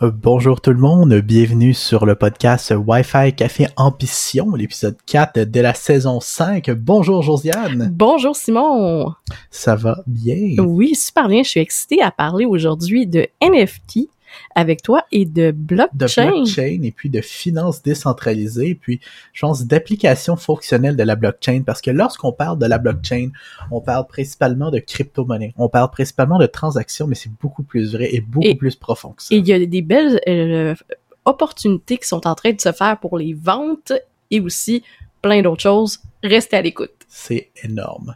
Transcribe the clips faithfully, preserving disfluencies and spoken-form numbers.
Euh, Bonjour tout le monde, bienvenue sur le podcast Wi-Fi Café Ambition, l'épisode quatre de la saison cinq. Bonjour Josiane. Bonjour Simon. Ça va bien? Oui, super bien. Je suis excitée à parler aujourd'hui de N F T avec toi et de blockchain. De blockchain et puis de finances décentralisées, et puis je pense d'applications fonctionnelles de la blockchain, parce que lorsqu'on parle de la blockchain, on parle principalement de crypto-monnaie, on parle principalement de transactions, mais c'est beaucoup plus vrai et beaucoup et, plus profond que ça. Et il y a des belles euh, opportunités qui sont en train de se faire pour les ventes et aussi plein d'autres choses. Restez à l'écoute. C'est énorme.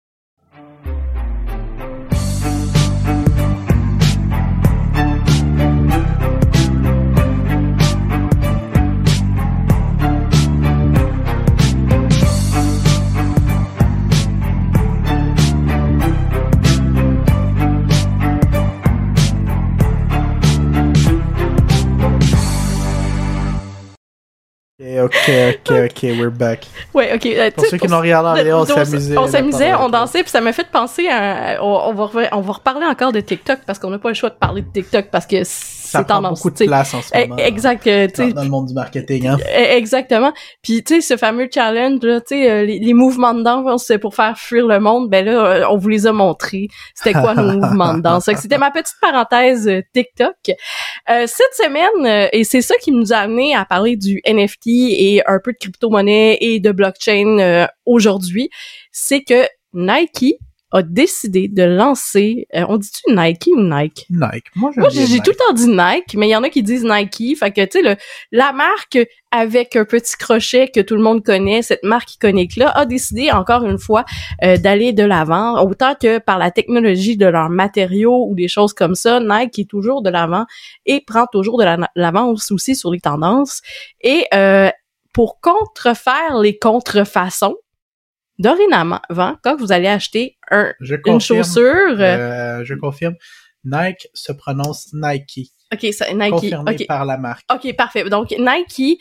Ok, ok, ok, we're back. Ouais, ok. Euh, pour ceux qui n'ont rien regardé, on s'amusait. On s'amusait, on dansait, puis ça m'a fait penser à... On, on, va, on va reparler encore de TikTok, parce qu'on n'a pas le choix de parler de TikTok, parce que c'est tendance. Ça prend beaucoup de place en ce moment. Exact. Dans, dans le monde du marketing, hein. Exactement. Puis, tu sais, ce fameux challenge, là, tu sais, les, les mouvements de danse, c'est pour faire fuir le monde, ben là, on vous les a montrés. C'était quoi nos mouvements de danse? C'était ma petite parenthèse TikTok. Euh, cette semaine, et c'est ça qui nous a amené à parler du N F T et un peu de crypto-monnaie et de blockchain euh, aujourd'hui, c'est que Nike a décidé de lancer... Euh, on dit-tu Nike ou Nike? Nike. Moi, Moi j'ai Nike. Tout le temps dit Nike, mais il y en a qui disent Nike. Fait que, tu sais, la marque avec un petit crochet que tout le monde connaît, cette marque iconique-là, a décidé, encore une fois, euh, d'aller de l'avant. Autant que par la technologie de leurs matériaux ou des choses comme ça, Nike est toujours de l'avant et prend toujours de l'avance aussi sur les tendances. Et euh, pour contrefaire les contrefaçons, dorénavant, quand vous allez acheter un, je une confirme, chaussure... Euh, je confirme, Nike se prononce Nike. OK, ça, Nike. Confirmé okay. par la marque. OK, parfait. Donc, Nike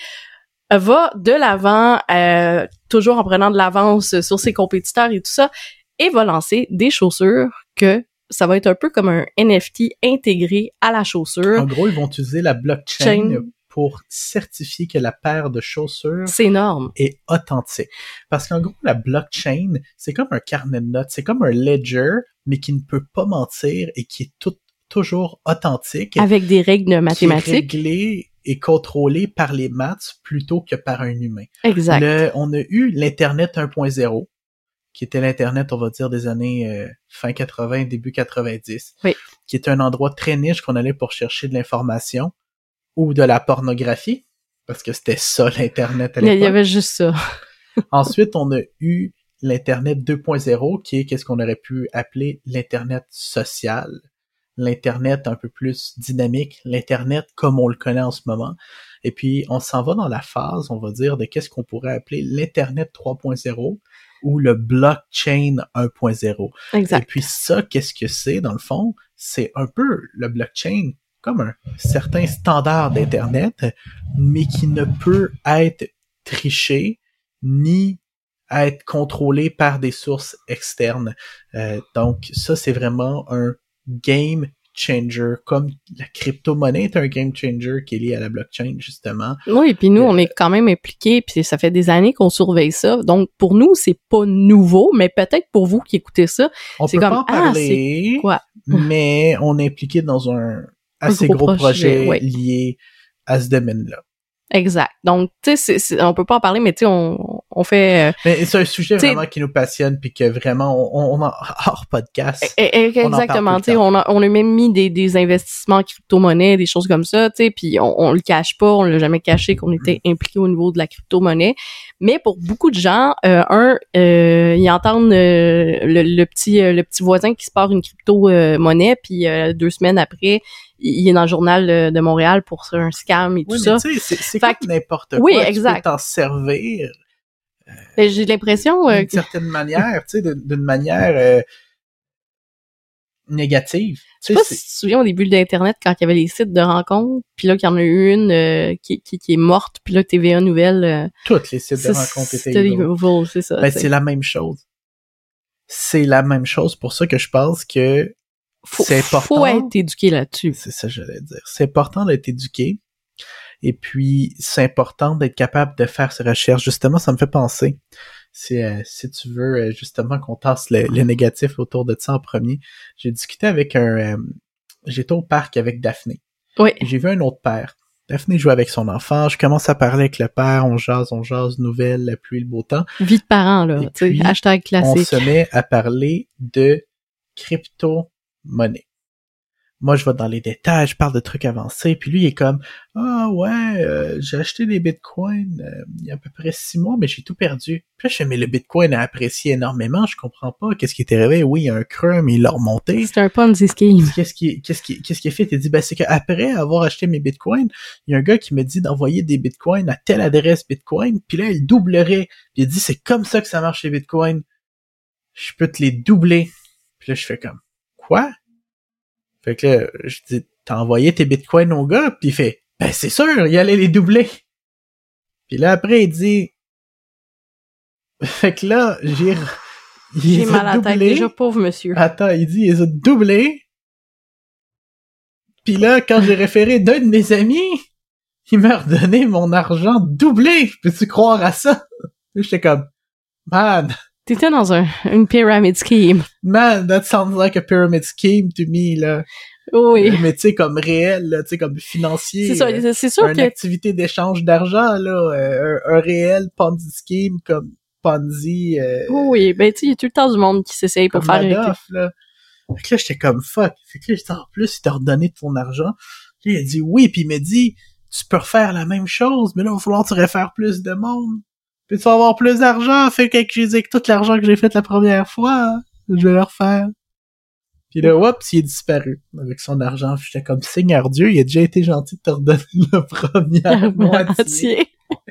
va de l'avant, euh, toujours en prenant de l'avance sur ses compétiteurs et tout ça, et va lancer des chaussures que ça va être un peu comme un N F T intégré à la chaussure. En gros, ils vont utiliser la blockchain... Chain. pour certifier que la paire de chaussures c'est énorme. Est authentique. Parce qu'en gros, la blockchain, c'est comme un carnet de notes, c'est comme un ledger, mais qui ne peut pas mentir et qui est tout, toujours authentique. Avec des règles mathématiques. Qui est réglé et contrôlé par les maths plutôt que par un humain. Exact. Le, on a eu l'Internet un point zéro, qui était l'Internet, on va dire, des années euh, fin quatre-vingts, début quatre-vingt-dix, oui. Qui était un endroit très niche qu'on allait pour chercher de l'information. Ou de la pornographie, parce que c'était ça, l'Internet à l'époque. Il y avait juste ça. Ensuite, on a eu l'Internet deux point zéro, qui est qu'est-ce qu'on aurait pu appeler l'Internet social, l'Internet un peu plus dynamique, l'Internet comme on le connaît en ce moment. Et puis, on s'en va dans la phase, on va dire, de qu'est-ce qu'on pourrait appeler l'Internet trois point zéro ou le blockchain un point zéro. Exact. Et puis ça, qu'est-ce que c'est, dans le fond? C'est un peu le blockchain comme un certain standard d'Internet, mais qui ne peut être triché ni être contrôlé par des sources externes. Euh, donc ça, c'est vraiment un game changer, comme la crypto-monnaie est un game changer qui est lié à la blockchain, justement. Oui, puis nous, euh, on est quand même impliqués, puis ça fait des années qu'on surveille ça. Donc, pour nous, c'est pas nouveau, mais peut-être pour vous qui écoutez ça, on c'est peut comme, pas en parler, ah, c'est quoi? Mais on est impliqué dans un assez gros, gros projet, projet oui. lié à ce domaine-là. Exact. Donc, tu sais, on peut pas en parler, mais tu sais, on, on fait... Euh, mais c'est un sujet vraiment qui nous passionne, puis que vraiment, on, on en hors podcast. Et, et, exactement. Tu sais, on a, on a même mis des, des investissements en crypto-monnaie, des choses comme ça, tu sais, puis on, on le cache pas, on l'a jamais caché qu'on était impliqué au niveau de la crypto-monnaie. Mais pour beaucoup de gens, euh, un, euh, ils entendent euh, le, le petit euh, le petit voisin qui se part une crypto-monnaie, puis euh, deux semaines après, il est dans le journal de Montréal pour un scam et tout oui, ça. Oui, mais tu sais, c'est, c'est comme n'importe quoi. Oui, exact. Tu peux t'en servir. Euh, J'ai l'impression... Euh, d'une que... certaine manière, tu sais, d'une, d'une manière euh, négative. Je sais pas si tu te souviens au début d'Internet, quand il y avait les sites de rencontres, puis là, qu'il y en a eu une euh, qui, qui, qui est morte, puis là, T V A Nouvelles... Euh, Toutes les sites de rencontres étaient evil. C'est ça. Ben, c'est la même chose. C'est la même chose. Pour ça que je pense que faut, c'est important. Faut être éduqué là-dessus. C'est ça que j'allais dire. C'est important d'être éduqué. Et puis, c'est important d'être capable de faire ses recherches. Justement, ça me fait penser. C'est, euh, si tu veux, euh, justement, qu'on tasse le, le négatif autour de ça en premier. J'ai discuté avec un... Euh, j'étais au parc avec Daphné. Oui. J'ai vu un autre père. Daphné joue avec son enfant. Je commence à parler avec le père. On jase, on jase, nouvelles, la pluie, le beau temps. Vie de parents, là. Tu sais, hashtag classique. On se met à parler de crypto-monnaie. Moi, je vais dans les détails, je parle de trucs avancés, puis lui, il est comme « Ah ouais, euh, j'ai acheté des bitcoins euh, il y a à peu près six mois, mais j'ai tout perdu. » Puis là, je fais « Mais le bitcoin a apprécié énormément, je comprends pas. Qu'est-ce qui est arrivé? Oui, il y a un creux, mais il l'a remonté. » C'est un Ponzi scheme. Qu'est-ce qui, qu'est-ce qui, qu'est-ce qui est fait? Il dit « Ben, c'est qu'après avoir acheté mes bitcoins, il y a un gars qui me dit d'envoyer des bitcoins à telle adresse bitcoin, puis là, il doublerait. » Puis il dit « C'est comme ça que ça marche les bitcoins. Je peux te les doubler. » Puis là, je fais comme « Quoi? » Fait que là, je dis, t'as envoyé tes bitcoins au gars? Puis il fait, ben c'est sûr, il allait les doubler. Puis là, après, il dit, fait que là, j'ai... J'ai mal à la tête déjà, pauvre monsieur. Attends, il dit, il les a doublés. Puis là, quand j'ai référé d'un de mes amis, il m'a redonné mon argent doublé. Peux-tu croire à ça? J'étais comme, man... T'étais dans un, une pyramid scheme. Man, that sounds like a pyramid scheme to me, là. Oui. Mais tu sais, comme réel, là, tu sais, comme financier. C'est ça, euh, c'est sûr une que... activité d'échange d'argent, là. Euh, un, un réel Ponzi scheme comme Ponzi. Euh, oui, ben tu sais, il y a tout le temps du monde qui s'essaye pour faire... Madoff, là. Fait que là, j'étais comme fuck. Fait que là, j'étais en plus, il t'a redonné ton argent. Là, il a dit oui, puis il m'a dit, tu peux refaire la même chose, mais là, il va falloir que tu réfères plus de monde. Peux-tu avoir plus d'argent? Fait que j'ai dit que tout l'argent que j'ai fait la première fois, hein, je vais le refaire. Puis là, oups, il est disparu avec son argent. J'étais comme, Seigneur Dieu, il a déjà été gentil de te redonner la première moitié.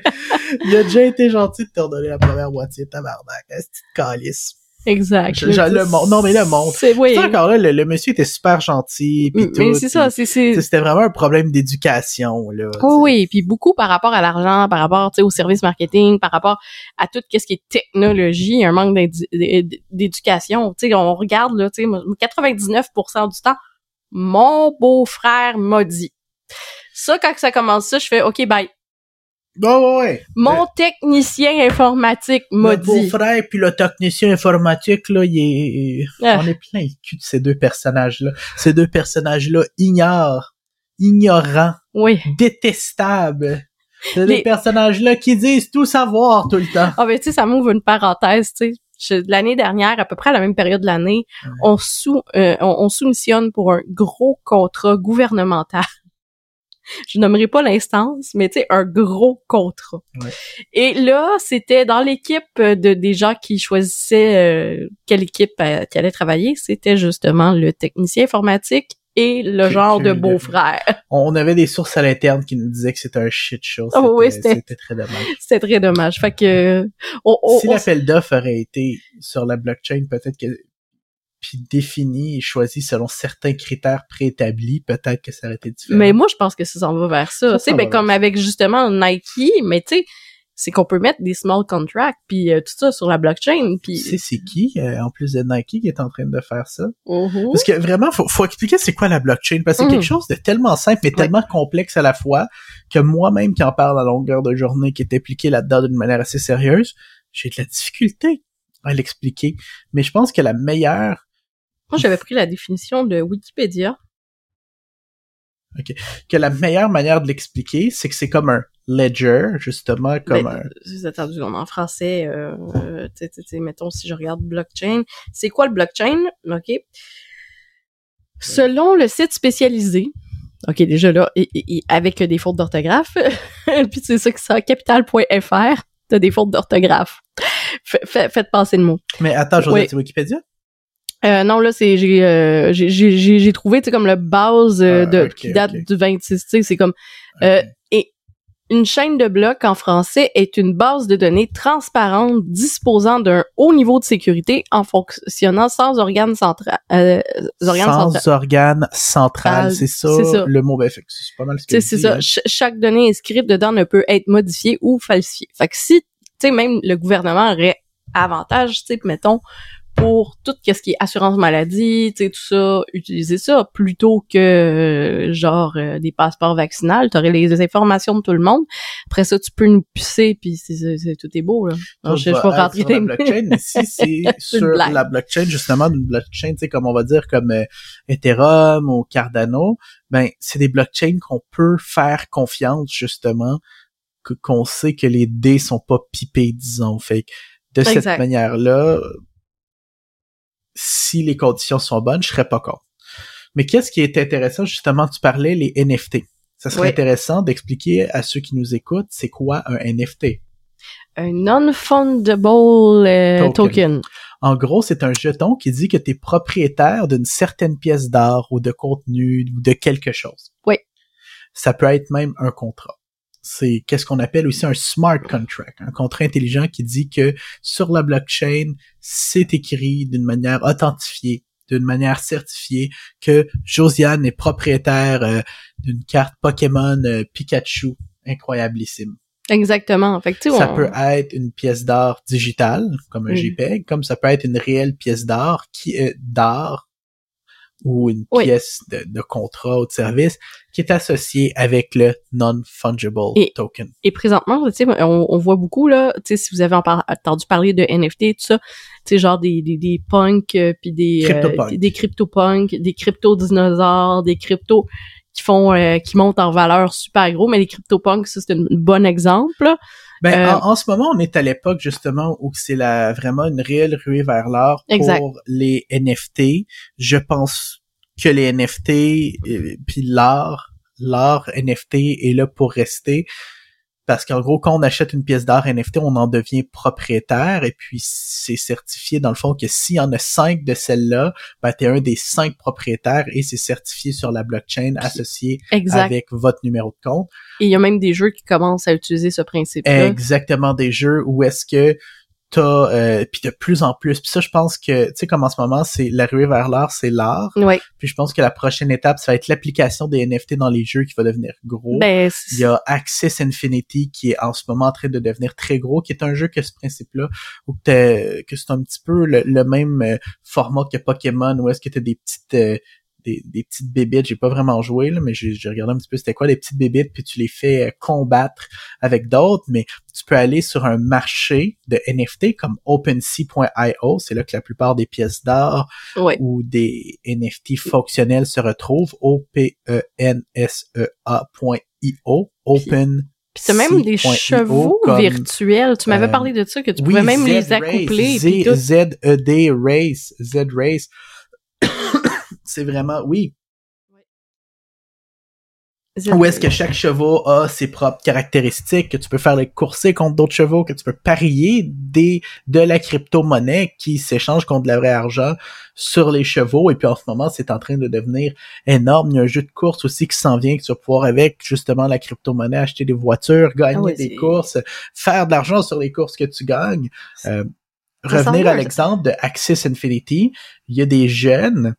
Il a déjà été gentil de te redonner la première moitié, tabarnak. Est-ce que tu te calisses? Exact. Je, je, le mon... Non, mais le monde. C'est, oui. C'est encore là, le, le monsieur était super gentil. Pis mais tout, c'est ça, c'est, c'est... C'était vraiment un problème d'éducation, là. Oh, oui, puis beaucoup par rapport à l'argent, par rapport, tu sais, au service marketing, par rapport à tout ce qui est technologie, un manque d'éducation. Tu sais, on regarde, là, tu sais, quatre-vingt-dix-neuf pour cent du temps, mon beau-frère m'a dit. Ça, quand ça commence ça, je fais, OK, bye. Oh, ouais, ouais. Mon le, technicien informatique m'a dit. Le beau-frère puis le technicien informatique, là, il est... Ah. On est plein le cul de ces deux personnages-là. Ces deux personnages-là ignorent, ignorants, oui. détestables. C'est Les... des personnages-là qui disent tout savoir tout le temps. Ah, ben, tu sais, ça m'ouvre une parenthèse, tu sais. L'année dernière, à peu près à la même période de l'année, ouais. on, sous, euh, on, on soumissionne pour un gros contrat gouvernemental. Je nommerai pas l'instance, mais tu sais, un gros contrat. Ouais. Et là, c'était dans l'équipe de des gens qui choisissaient euh, quelle équipe euh, qui allait travailler, c'était justement le technicien informatique et le que, genre que de beau-frère. On avait des sources à l'interne qui nous disaient que c'était un shit show. Oh oui, c'était, c'était très dommage. C'était très dommage. Fait que on, on, si on, l'appel d'offres aurait été sur la blockchain, peut-être que puis défini et choisi selon certains critères préétablis, peut-être que ça aurait été différent. Mais moi, je pense que ça s'en va vers ça. Tu sais, ben comme avec justement Nike, mais tu sais, c'est qu'on peut mettre des small contracts puis euh, tout ça sur la blockchain. Puis tu sais, c'est qui, euh, en plus de Nike, qui est en train de faire ça? Uh-huh. Parce que vraiment, faut, faut expliquer c'est quoi la blockchain, parce que c'est mm. quelque chose de tellement simple, mais ouais. tellement complexe à la fois, que moi-même qui en parle à longueur de journée, qui est impliqué là-dedans d'une manière assez sérieuse, j'ai de la difficulté à l'expliquer. Mais je pense que la meilleure... Moi, j'avais pris la définition de Wikipédia. OK. Que la meilleure manière de l'expliquer, c'est que c'est comme un ledger, justement, comme ben, un... Attends, en français, euh, euh, tu sais, mettons, si je regarde blockchain, c'est quoi le blockchain? OK. Selon le site spécialisé, OK, déjà là, et, et, et avec des fautes d'orthographe, puis c'est ça que ça, capital point f r, t'as des fautes d'orthographe. F- faites passer le mot. Mais attends, je oui. c'est Wikipédia? Euh, non, là, c'est, j'ai, euh, j'ai, j'ai, j'ai trouvé, tu sais, comme le base euh, de, ah, okay, qui date okay. du vingt-six, tu sais, c'est comme, euh, okay. et une chaîne de blocs en français est une base de données transparente disposant d'un haut niveau de sécurité en fonctionnant sans organe central, euh, organe sans central. organe central, Ah, c'est, ça, c'est ça, le mot, ben, fait, c'est pas mal ce que c'est, je c'est dis, ça, hein. Ch- chaque donnée inscrite dedans ne peut être modifiée ou falsifiée. Fait que si, tu sais, même le gouvernement aurait avantage, tu sais, mettons, pour tout ce qui est assurance maladie, tu sais, tout ça, utiliser ça plutôt que euh, genre euh, des passeports vaccinaux. T'aurais les, les informations de tout le monde. Après ça, tu peux nous pisser, puis c'est, c'est, c'est, tout est beau, là. Alors, je, je vais rentrer sur la blockchain, mais si c'est sur la blockchain, justement, d'une blockchain, tu sais, comme on va dire, comme euh, Ethereum ou Cardano, ben, c'est des blockchains qu'on peut faire confiance, justement, que, qu'on sait que les dés sont pas pipés, disons. Fait que, de exact. Cette manière-là, si les conditions sont bonnes, je serais pas contre. Mais qu'est-ce qui est intéressant, justement, tu parlais les N F T. Ça serait oui. intéressant d'expliquer à ceux qui nous écoutent, c'est quoi un N F T? Un non-fundable euh, token. token. En gros, c'est un jeton qui dit que tu es propriétaire d'une certaine pièce d'art ou de contenu ou de quelque chose. Oui. Ça peut être même un contrat. C'est qu'est-ce qu'on appelle aussi un smart contract, un contrat intelligent qui dit que sur la blockchain, c'est écrit d'une manière authentifiée, d'une manière certifiée, que Josiane est propriétaire euh, d'une carte Pokémon euh, Pikachu incroyablissime. Exactement. Fait que, ça on... peut être une pièce d'art digitale, comme un mm. JPEG, comme ça peut être une réelle pièce d'art qui est d'art ou une oui. pièce de, de contrat ou de service qui est associée avec le non-fungible et, token. Et présentement, tu sais, on, on voit beaucoup, là, tu sais, si vous avez entendu parler de N F T, tout ça, tu sais, genre des, des, des punks, euh, puis des, Crypto euh, des, des crypto-punks, des crypto-dinosaures, des cryptos qui font, euh, qui montent en valeur super gros, mais les crypto-punks, ça, c'est un bon exemple, là. Ben, euh, en, en ce moment, on est à l'époque, justement, où c'est la, vraiment une réelle ruée vers l'art pour exact. les N F T. Je pense que les N F T, euh, puis l'art, l'art N F T est là pour rester. Parce qu'en gros, quand on achète une pièce d'art N F T, on en devient propriétaire et puis c'est certifié dans le fond que s'il y en a cinq de celles-là, ben t'es un des cinq propriétaires et c'est certifié sur la blockchain associé exact. Avec votre numéro de compte. Et il y a même des jeux qui commencent à utiliser ce principe-là. Exactement, des jeux où est-ce que t'as euh, puis de plus en plus. Puis ça, je pense que, tu sais, comme en ce moment, c'est la ruée vers l'art, c'est l'art. Oui. Puis je pense que la prochaine étape, ça va être l'application des N F T dans les jeux qui va devenir gros. Ben, il y a Axis Infinity qui est en ce moment en train de devenir très gros, qui est un jeu que ce principe-là, où que, que c'est un petit peu le, le même euh, format que Pokémon, où est-ce que t'as des petites... Euh, Des, des petites bébites, j'ai pas vraiment joué là, mais j'ai, j'ai regardé un petit peu c'était quoi des petites bébites, puis tu les fais combattre avec d'autres, mais tu peux aller sur un marché de N F T comme OpenSea point I O, c'est là que la plupart des pièces d'art ouais. ou des N F T fonctionnels se retrouvent, O P E N S E A point I O, Open Puis t'as même des chevaux comme, virtuels. Tu m'avais euh, parlé de ça, que tu oui, pouvais même Z les accoupler. Z, puis tout. Z E D Race, Z Race. C'est vraiment, oui. Ouais. Où est-ce que chaque cheval a ses propres caractéristiques, que tu peux faire les courser contre d'autres chevaux, que tu peux parier des de la crypto-monnaie qui s'échange contre de la vraie argent sur les chevaux. Et puis en ce moment, c'est en train de devenir énorme. Il y a un jeu de course aussi qui s'en vient, que tu vas pouvoir avec justement la crypto-monnaie acheter des voitures, gagner ah ouais, des c'est... courses, faire de l'argent sur les courses que tu gagnes. Euh, revenir à l'exemple de Axis Infinity, il y a des jeunes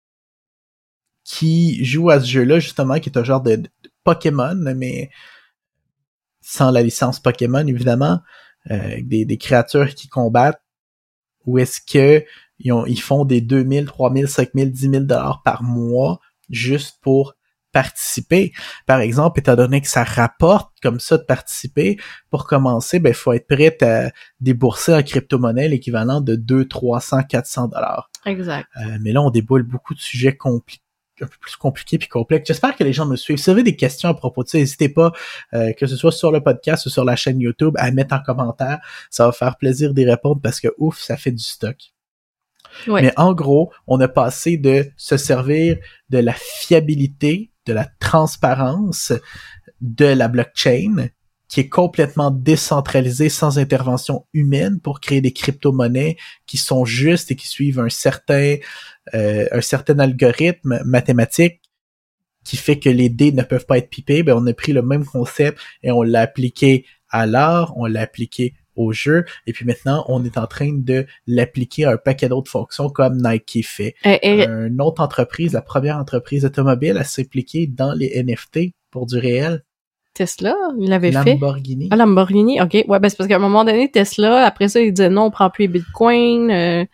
qui jouent à ce jeu-là, justement, qui est un genre de, de Pokémon, mais sans la licence Pokémon, évidemment, euh, des, des créatures qui combattent, où est-ce que ils, ont, ils font des deux mille, trois mille, cinq mille, dix mille dollars par mois juste pour participer. Par exemple, étant donné que ça rapporte comme ça de participer, pour commencer, ben, il faut être prêt à débourser en crypto-monnaie l'équivalent de deux, trois cents, quatre cents dollars. Exact. Euh, mais là, on déboule beaucoup de sujets compliqués, un peu plus compliqué puis complexe. J'espère que les gens me suivent. Si vous avez des questions à propos de ça, n'hésitez pas, euh, que ce soit sur le podcast ou sur la chaîne YouTube, à mettre en commentaire. Ça va faire plaisir d'y répondre parce que ouf, ça fait du stock. Ouais. Mais en gros, on a passé de se servir de la fiabilité, de la transparence de la blockchain, qui est complètement décentralisée sans intervention humaine pour créer des crypto-monnaies qui sont justes et qui suivent un certain euh, un certain algorithme mathématique qui fait que les dés ne peuvent pas être pipés. Ben on a pris le même concept et on l'a appliqué à l'art, on l'a appliqué au jeu, et puis maintenant on est en train de l'appliquer à un paquet d'autres fonctions comme Nike fait. Et, et... Une autre entreprise, la première entreprise automobile à s'impliquer dans les N F T pour du réel. Tesla, il l'avait Lamborghini. fait. Lamborghini. Ah, Lamborghini, ok. Ouais, ben c'est parce qu'à un moment donné, Tesla, après ça, il disait non, on prend plus les bitcoins. Euh,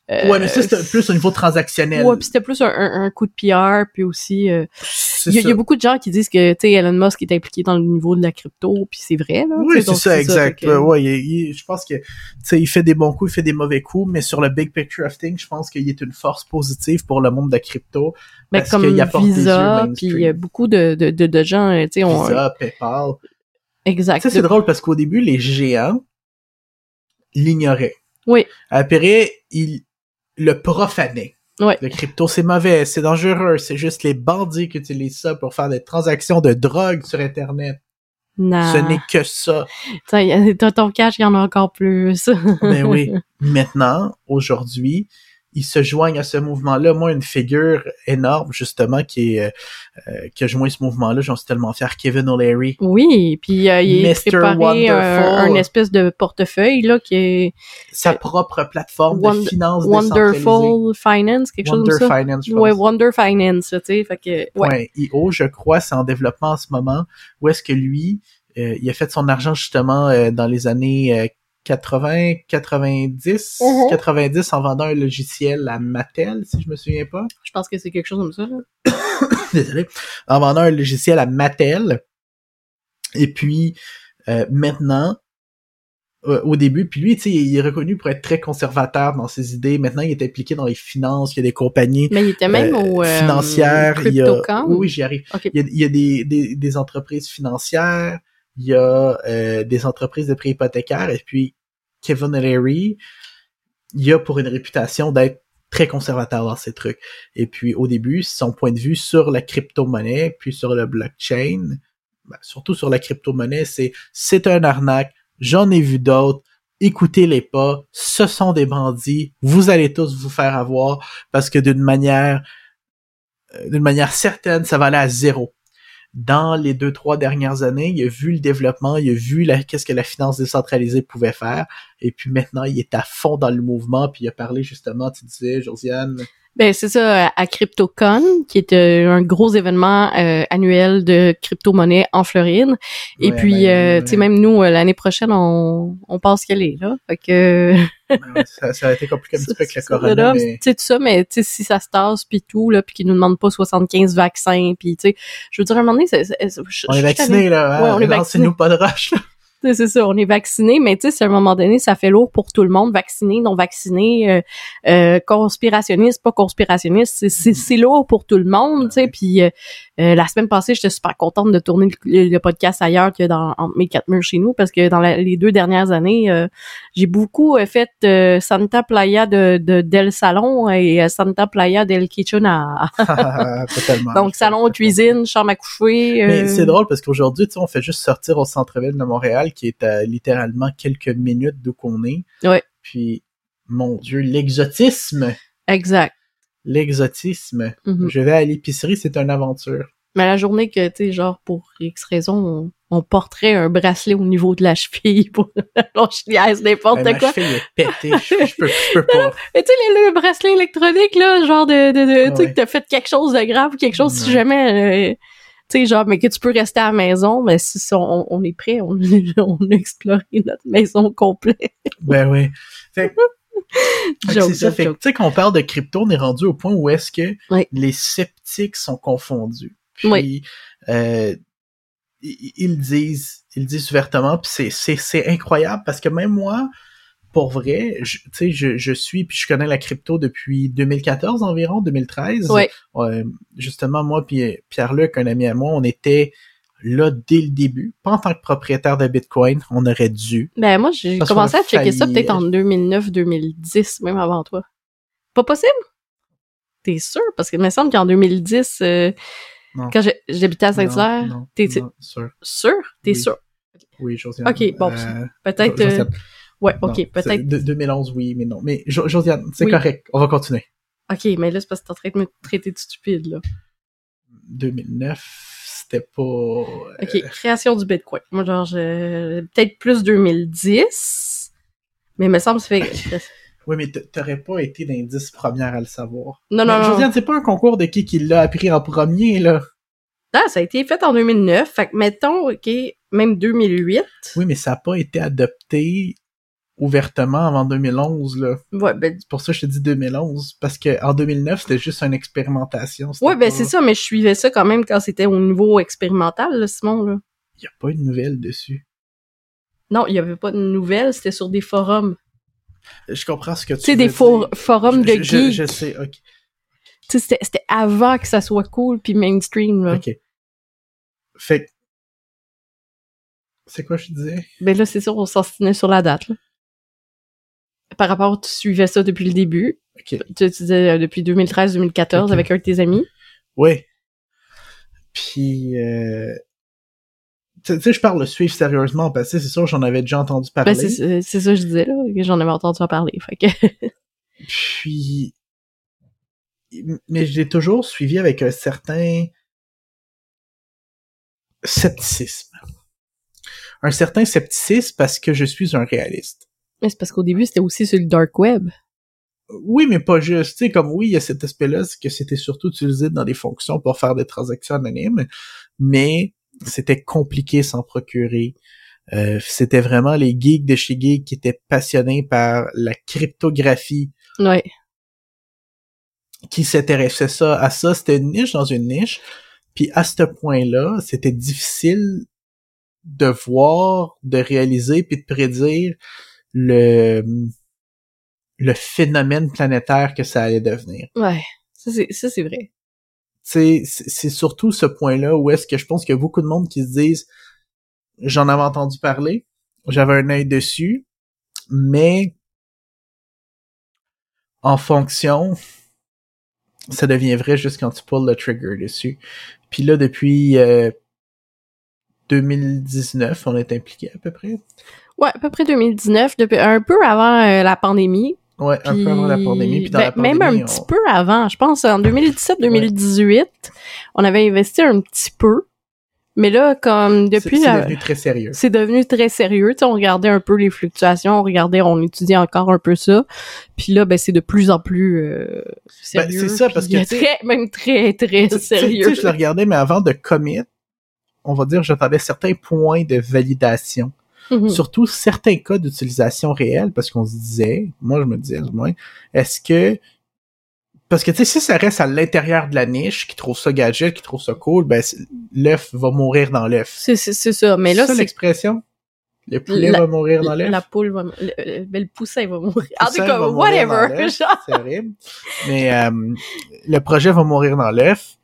Euh, ouais, mais ça, c'était plus au niveau transactionnel. Ouais, puis c'était plus un, un, un coup de P R, puis aussi... Euh, il y, y a beaucoup de gens qui disent que, tu sais, Elon Musk est impliqué dans le niveau de la crypto, puis c'est vrai, là. Oui, c'est donc, ça, c'est exact. Ça, que... Ouais, il, il, je pense que, tu sais, il fait des bons coups, il fait des mauvais coups, mais sur le big picture of things, je pense qu'il est une force positive pour le monde de la crypto. Mais parce comme qu'il apporte Visa, des yeux puis il y a beaucoup de, de, de, de gens, tu sais, on... Visa, PayPal. Exact. Tu sais, c'est de... drôle parce qu'au début, les géants l'ignoraient. Oui. Après, ils le profanaient. Ouais. Le crypto, c'est mauvais, c'est dangereux, c'est juste les bandits qui utilisent ça pour faire des transactions de drogue sur Internet. Non. Ce n'est que ça. T'as ton cash, il y en a encore plus. Ben oui. Maintenant, aujourd'hui, ils se joignent à ce mouvement-là. Moi, une figure énorme, justement, qui est euh, qui a joint ce mouvement-là, j'en suis tellement fier, Kevin O'Leary. Oui, puis euh, il est préparé un, un espèce de portefeuille là qui est sa propre plateforme Wonder, de finance Wonderful Finance, quelque Wonder chose comme ça. Finance, je pense. Ouais, Wonder Finance, tu sais, fait que ouais. Point I O, je crois, c'est en développement en ce moment. Où est-ce que lui, euh, il a fait son argent justement euh, dans les années euh, quatre-vingts, quatre-vingt-dix, uh-huh. quatre-vingt-dix en vendant un logiciel à Mattel, si je me souviens pas. Je pense que c'est quelque chose comme ça, là. Désolé. En vendant un logiciel à Mattel. Et puis, euh, maintenant, euh, au début, puis lui, tu sais, il est reconnu pour être très conservateur dans ses idées. Maintenant, il est impliqué dans les finances, il y a des compagnies Mais il était même euh, au, euh, financières. Il y a, oui, oui, j'y arrive. Okay. Il y a, il y a des, des, des entreprises financières, il y a euh, des entreprises de prêts hypothécaires, et puis Kevin O'Leary, il a pour une réputation d'être très conservateur dans ces trucs. Et puis au début, son point de vue sur la crypto-monnaie, puis sur le blockchain, ben, surtout sur la crypto-monnaie, c'est c'est un arnaque, j'en ai vu d'autres, écoutez-les pas, ce sont des bandits, vous allez tous vous faire avoir, parce que d'une manière d'une manière certaine, ça va aller à zéro. Dans les deux, trois dernières années, il a vu le développement, il a vu la, qu'est-ce que la finance décentralisée pouvait faire, et puis maintenant, il est à fond dans le mouvement, puis il a parlé justement, tu disais, Josiane... Ben c'est ça, à CryptoCon, qui est euh, un gros événement euh, annuel de crypto-monnaie en Floride. Et ouais, puis, ben, euh, tu sais, même nous, euh, l'année prochaine, on, on pense qu'elle est là. Fait que... ben, ça, ça a été compliqué un petit peu avec le corona, mais... Tu sais, tout ça, mais tu sais, si ça se tasse, puis tout, là, puis qu'ils nous demandent pas soixante-quinze vaccins, puis tu sais, je veux dire, à un moment donné... c'est, c'est, je, on est vaccinés, là. Hein? Ouais, on est vaccinés. Lancez-nous pas de rush, là. C'est ça, on est vacciné, mais tu sais, à un moment donné, ça fait lourd pour tout le monde, vacciné, non vacciné, euh, euh, conspirationniste, pas conspirationniste, c'est, c'est, c'est lourd pour tout le monde, tu sais. Puis euh, euh, la semaine passée, j'étais super contente de tourner le, le podcast ailleurs que dans entre mes quatre murs chez nous, parce que dans la, les deux dernières années, euh, j'ai beaucoup euh, fait euh, Santa Playa de, de del Salon et euh, Santa Playa del Kitchen à... Totalement. Donc salon, cuisine, chambre à coucher. Euh... Mais c'est drôle parce qu'aujourd'hui, tu sais, on fait juste sortir au centre-ville de Montréal, qui est à littéralement quelques minutes d'où qu'on est. Ouais. Puis, mon Dieu, l'exotisme. Exact. L'exotisme. Mm-hmm. Je vais à l'épicerie, c'est une aventure. Mais la journée que, tu sais, genre, pour X raison, on, on porterait un bracelet au niveau de la cheville pour la chiliaise, n'importe ben, quoi. Ma cheville est pétée, je, je peux, je peux pas. Mais tu sais, le, le bracelet électronique, là, genre de, de, de tu sais, ouais. que t'as fait quelque chose de grave ou quelque chose, ouais. si jamais... Euh, tu sais, genre, mais que tu peux rester à la maison, mais si on, on est prêt, on, on a exploré notre maison complète. Ben oui. Fait, fait joke, c'est ça. Fait tu sais, qu'on parle de crypto, on est rendu au point où est-ce que oui. les sceptiques sont confondus. Puis, oui. euh, ils, ils disent, ils disent ouvertement, puis c'est, c'est, c'est incroyable parce que même moi, pour vrai, tu sais, je, je suis, puis je connais la crypto depuis deux mille quatorze environ, deux mille treize. Oui. Euh, justement, moi puis Pierre-Luc, un ami à moi, on était là dès le début. Pas en tant que propriétaire de Bitcoin, on aurait dû. Ben moi, j'ai commencé à checker ça peut-être en deux mille neuf deux mille dix, même avant toi. Pas possible? T'es sûr? Parce que il me semble qu'en deux mille dix, euh, quand j'habitais à Saint-Hilaire, non, non, t'es non, sûr. Sûr? T'es oui. sûr? Oui, Josiane. Ok, bon, euh, peut-être... Euh... Ouais, ok, non, peut-être... De, deux mille onze, oui, mais non. Mais jo- Josiane, c'est oui. correct, on va continuer. Ok, mais là, c'est parce que t'es en train de me traiter de stupide, là. deux mille neuf, c'était pas... Euh... Ok, création du Bitcoin. Moi, genre, je... peut-être plus deux mille dix, mais il me semble que ça fait... Oui, mais t'aurais pas été dans les dix premières à le savoir. Non, non, mais, non. Josiane, c'est pas un concours de qui qui l'a appris en premier, là. Ah, ça a été fait en deux mille neuf, fait que mettons, ok, même deux mille huit. Oui, mais ça a pas été adopté ouvertement avant deux mille onze, là. Ouais, ben... C'est pour ça que je te dis deux mille onze, parce que en deux mille neuf, c'était juste une expérimentation. Ouais, ben pas... c'est ça, mais je suivais ça quand même quand c'était au niveau expérimental, là, Simon, là. Il y a pas une nouvelle dessus. Non, il y avait pas de nouvelles, c'était sur des forums. Je comprends ce que tu Tu sais, veux des dire. for- forums je, de je, geeks. Je, je sais, ok. Tu sais, c'était, c'était avant que ça soit cool puis mainstream, là. Ok. Fait que... C'est quoi je disais? Ben là, c'est sûr, on s'ostinait sur la date, là. Par rapport, tu suivais ça depuis le début. Ok. Tu, tu disais euh, depuis deux mille treize deux mille quatorze Ok. avec un de tes amis. Oui. Puis, euh... tu sais, je parle de suivre sérieusement parce que c'est sûr, j'en avais déjà entendu parler. Ben, c'est, c'est ça que je disais, là, que j'en avais entendu en parler, fait que... Puis, mais je l'ai toujours suivi avec un certain scepticisme. Un certain scepticisme parce que je suis un réaliste. Mais c'est parce qu'au début, c'était aussi sur le dark web. Oui, mais pas juste. Tu sais, comme oui, il y a cet aspect-là, c'est que c'était surtout utilisé dans des fonctions pour faire des transactions anonymes, mais c'était compliqué s'en procurer. Euh, c'était vraiment les geeks de chez Geek qui étaient passionnés par la cryptographie. Ouais. Qui s'intéressaient ça, à ça. C'était une niche dans une niche. Puis à ce point-là, c'était difficile de voir, de réaliser, puis de prédire le le phénomène planétaire que ça allait devenir. Ouais, ça c'est, ça, c'est vrai. Tu sais, c'est, c'est surtout ce point-là où est-ce que je pense qu'il y a beaucoup de monde qui se disent « J'en avais entendu parler, j'avais un œil dessus, mais en fonction, ça devient vrai juste quand tu pulls le trigger dessus. » Puis là, depuis euh, deux mille dix-neuf, on est impliqué à peu près. Ouais, à peu près deux mille dix-neuf, depuis un peu avant euh, la pandémie. Ouais, un Puis, peu avant la pandémie. Puis dans ben, la pandémie, même un on... petit peu avant. Je pense en deux mille dix-sept deux mille dix-huit, ouais. On avait investi un petit peu. Mais là, comme depuis... C'est, c'est la... devenu très sérieux. C'est devenu très sérieux. Tu sais, on regardait un peu les fluctuations, on regardait, on étudiait encore un peu ça. Puis là, ben c'est de plus en plus euh, sérieux. Ben, c'est ça, parce que... Très, même très, très sérieux. Tu sais, je le regardais, mais avant de commit, on va dire, j'attendais certains points de validation. Mm-hmm. Surtout certains cas d'utilisation réelle, parce qu'on se disait, moi je me disais du moins, est-ce que, parce que tu sais, si ça reste à l'intérieur de la niche, qui trouve ça gadget, qui trouve ça cool, ben l'œuf va mourir dans l'œuf. C'est, c'est, c'est ça, mais là c'est ça c'est... l'expression? Le poulet la, va mourir dans l'œuf? La poule va mourir, le, le poussin va mourir. En tout cas, whatever! C'est horrible. Mais euh, le projet va mourir dans l'œuf,